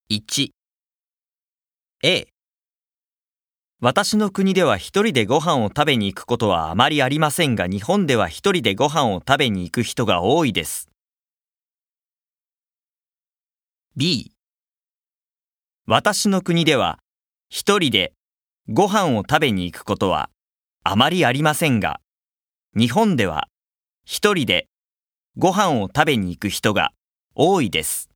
1、A。私の国では一人でご飯を食べに行くことはあまりありませんが、日本では一人でご飯を食べに行く人が多いです。B。私の国では一人でご飯を食べに行くことはあまりありませんが、日本では一人でご飯を食べに行く人が多いです。